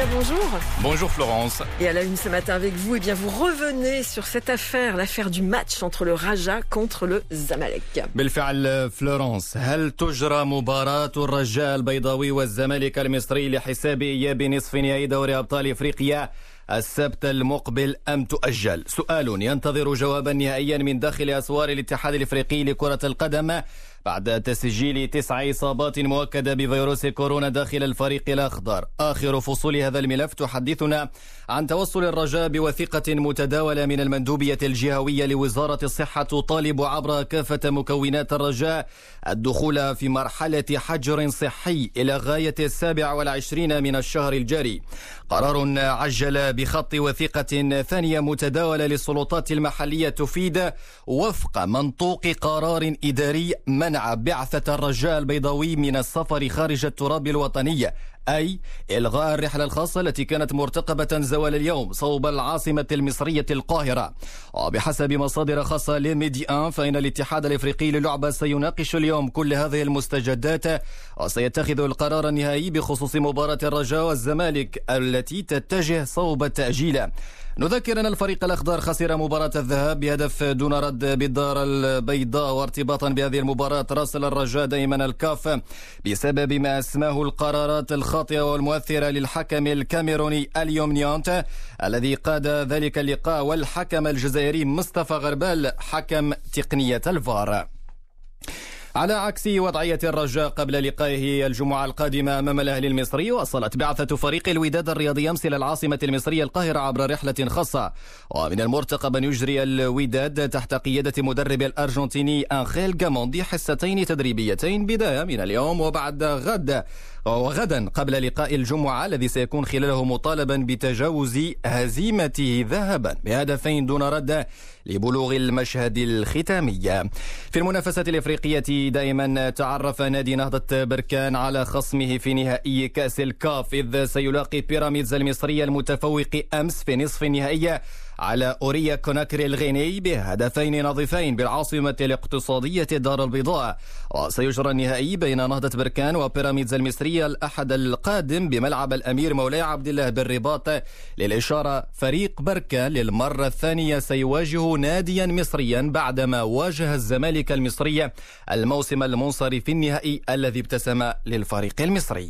Beria, bonjour. Bonjour Florence. Et à la une ce matin avec vous, vous revenez sur cette affaire, l'affaire du match entre le Raja contre le Zamalek. بالفعل فلورنس، هل تجرى مباراة الرجاء البيضاوي والزمالك المصري لحساب إياب نصف نهائي دوري أبطال إفريقيا السبت المقبل أم تؤجل؟ سؤال ينتظر جوابا نهائيا من داخل أسوار الاتحاد الإفريقي لكرة القدم بعد تسجيل 9 إصابات مؤكدة بفيروس كورونا داخل الفريق الأخضر. آخر فصول هذا الملف تحدثنا عن توصل الرجاء بوثيقة متداولة من المندوبية الجهوية لوزارة الصحة تطالب عبر كافة مكونات الرجاء الدخول في مرحلة حجر صحي إلى غاية 27 من الشهر الجاري. قرار عجل بخط وثيقة ثانية متداولة للسلطات المحلية تفيد وفق منطوق قرار إداري منع بعثة الرجاء البيضاوي من السفر خارج التراب الوطني، أي إلغاء الرحلة الخاصة التي كانت مرتقبة زوال اليوم صوب العاصمة المصرية القاهرة. وبحسب مصادر خاصة لميدي آن فإن الاتحاد الإفريقي للعبة سيناقش اليوم كل هذه المستجدات وسيتخذ القرار النهائي بخصوص مباراة الرجاء والزمالك التي تتجه صوب التأجيل. نذكر أن الفريق الأخضر خسر مباراة الذهاب بهدف دون رد بالدار البيضاء، وارتباطا بهذه المباراة راسل الرجاء دائما الكاف بسبب ما اسماه القرارات الخاطئة والمؤثرة للحكم الكاميروني اليوم نيانت الذي قاد ذلك اللقاء، والحكم الجزائري مصطفى غربال حكم تقنية الفار. على عكس وضعية الرجاء قبل لقائه الجمعة القادمة أمام الأهلي المصري، وصلت بعثة فريق الوداد الرياضي أمس إلى العاصمة المصرية القاهرة عبر رحلة خاصة، ومن المرتقب أن يجري الوداد تحت قيادة مدرب الأرجنتيني أنخيل جاموندي حصتين تدريبيتين بداية من اليوم وبعد غدا قبل لقاء الجمعة الذي سيكون خلاله مطالبا بتجاوز هزيمته ذهبا بهدفين دون رد لبلوغ المشهد الختامي. في المنافسة الإفريقية دائما تعرف نادي نهضة بركان على خصمه في نهائي كأس الكاف، إذ سيلاقي بيراميدز المصري المتفوق أمس في نصف النهائي على أوريا كوناكري الغيني بهدفين نظيفين بالعاصمة الاقتصادية دار البيضاء. وسيجرى النهائي بين نهضة بركان وبيراميدز المصري الأحد القادم بملعب الأمير مولاي عبد الله بالرباط. للإشارة فريق بركان للمرة الثانية سيواجه ناديا مصريا بعدما واجه الزمالك المصري الموسم المنصرم في النهائي الذي ابتسم للفريق المصري.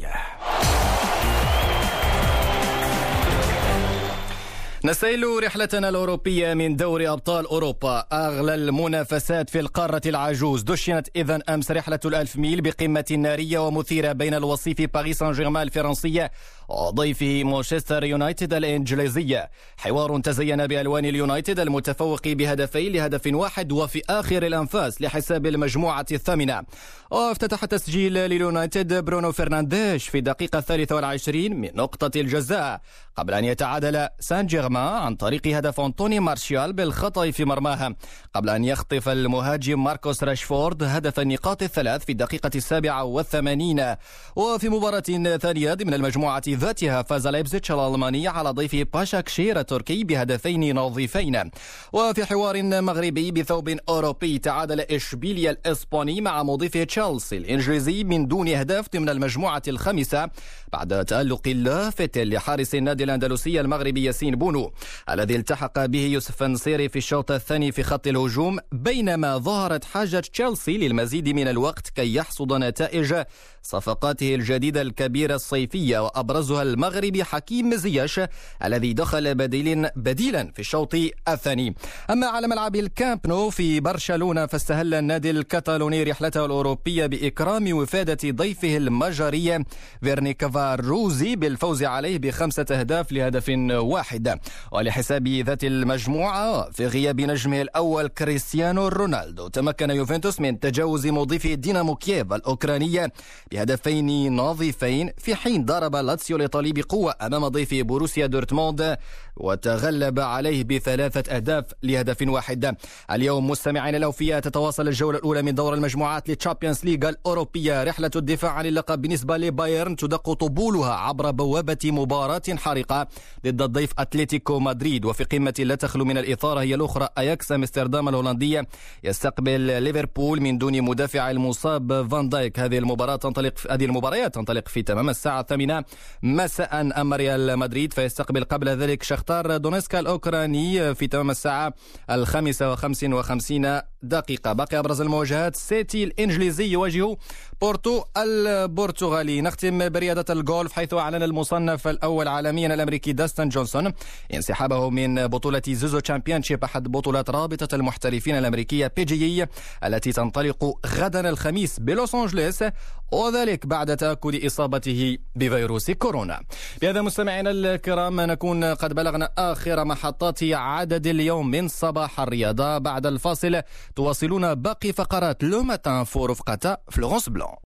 نسيل رحلتنا الأوروبية من دوري أبطال أوروبا. أغلى المنافسات في القارة العجوز دشنت إذن أمس رحلة ال1000 ميل بقمة نارية ومثيرة بين الوصيف باريس سان جيرمان الفرنسية وضيفه مانشستر يونايتد الإنجليزية. حوار تزين بألوان اليونايتد المتفوق بهدفين لهدف واحد وفي آخر الأنفاس لحساب المجموعة الثامنة. وافتتح تسجيل لليونايتد برونو فرنانديش في الدقيقة 23 من نقطة الجزاء قبل أن يتعادل سان جيرمان عن طريق هدف أنطوني مارشال بالخطأ في مرماها، قبل أن يخطف المهاجم ماركوس راشفورد هدف النقاط الثلاث في الدقيقة 87. وفي مباراة ثانية ضمن المجموعة ذاتها فاز لايبزيتش الألماني على ضيف باشاكشير التركي بهدفين نظيفين. وفي حوار مغربي بثوب أوروبي تعادل إشبيليا الإسباني مع مضيفه تشيلسي الإنجليزي من دون أهداف ضمن المجموعة الخامسة بعد تألق لافت لحارس النادي الأندلسي المغربي ياسين بونو الذي التحق به يوسف نصيري في الشوط الثاني في خط الهجوم، بينما ظهرت حاجة تشيلسي للمزيد من الوقت كي يحصد نتائج صفقاته الجديدة الكبيرة الصيفية، وأبرزها المغربي حكيم زياش الذي دخل بديلا في الشوط الثاني. أما على ملعب الكامب نو في برشلونة فاستهل النادي الكتالوني رحلته الأوروبية بإكرام وفادة ضيفه المجري فيرنيكافار روزي بالفوز عليه ب5 أهداف لهدف واحد. ولحساب ذات المجموعة في غياب نجمه الأول كريستيانو رونالدو تمكن يوفنتوس من تجاوز مضيف دينامو كييف الأوكرانية بهدفين نظيفين، في حين ضرب لاتسيو الإيطالي بقوة أمام ضيف بوروسيا دورتموند وتغلب عليه ب3 أهداف لهدف واحد. اليوم مستمعين الأوفياء تتواصل الجولة الأولى من دور المجموعات للتشامبيونز ليغ الأوروبية. رحلة الدفاع عن اللقب بالنسبة لبايرن تدق طبولها عبر بوابة مباراة حرجة الطريقة ضد الضيف أتلتيكو مدريد. وفي قمة لا تخلو من الإثارة هي الأخرى، أياكس أمستردام الهولندية يستقبل ليفربول من دون مدافع المصاب فان دايك. هذه المباريات تنطلق في تمام الساعة 8 مساء. أما ريال مدريد فيستقبل قبل ذلك شختار دونيسكا الأوكراني في تمام الساعة 5:55 دقيقة. باقي أبرز المواجهات: سيتي الإنجليزي يواجه بورتو البرتغالي. نختم برياضة الجولف، حيث أعلن المصنف الأول عالميا الأمريكي داستن جونسون انسحابه من بطولة زوزو تشامبيونشيب، أحد بطولات رابطة المحترفين الأمريكية PGA التي تنطلق غدا الخميس بلوس أنجلوس، وذلك بعد تأكد إصابته بفيروس كورونا. بهذا مستمعينا الكرام نكون قد بلغنا آخر محطات عدد اليوم من صباح الرياضة. بعد الفاصل تواصلون باقي فقرات لو ماتان فور رفقة فلورنس بلان.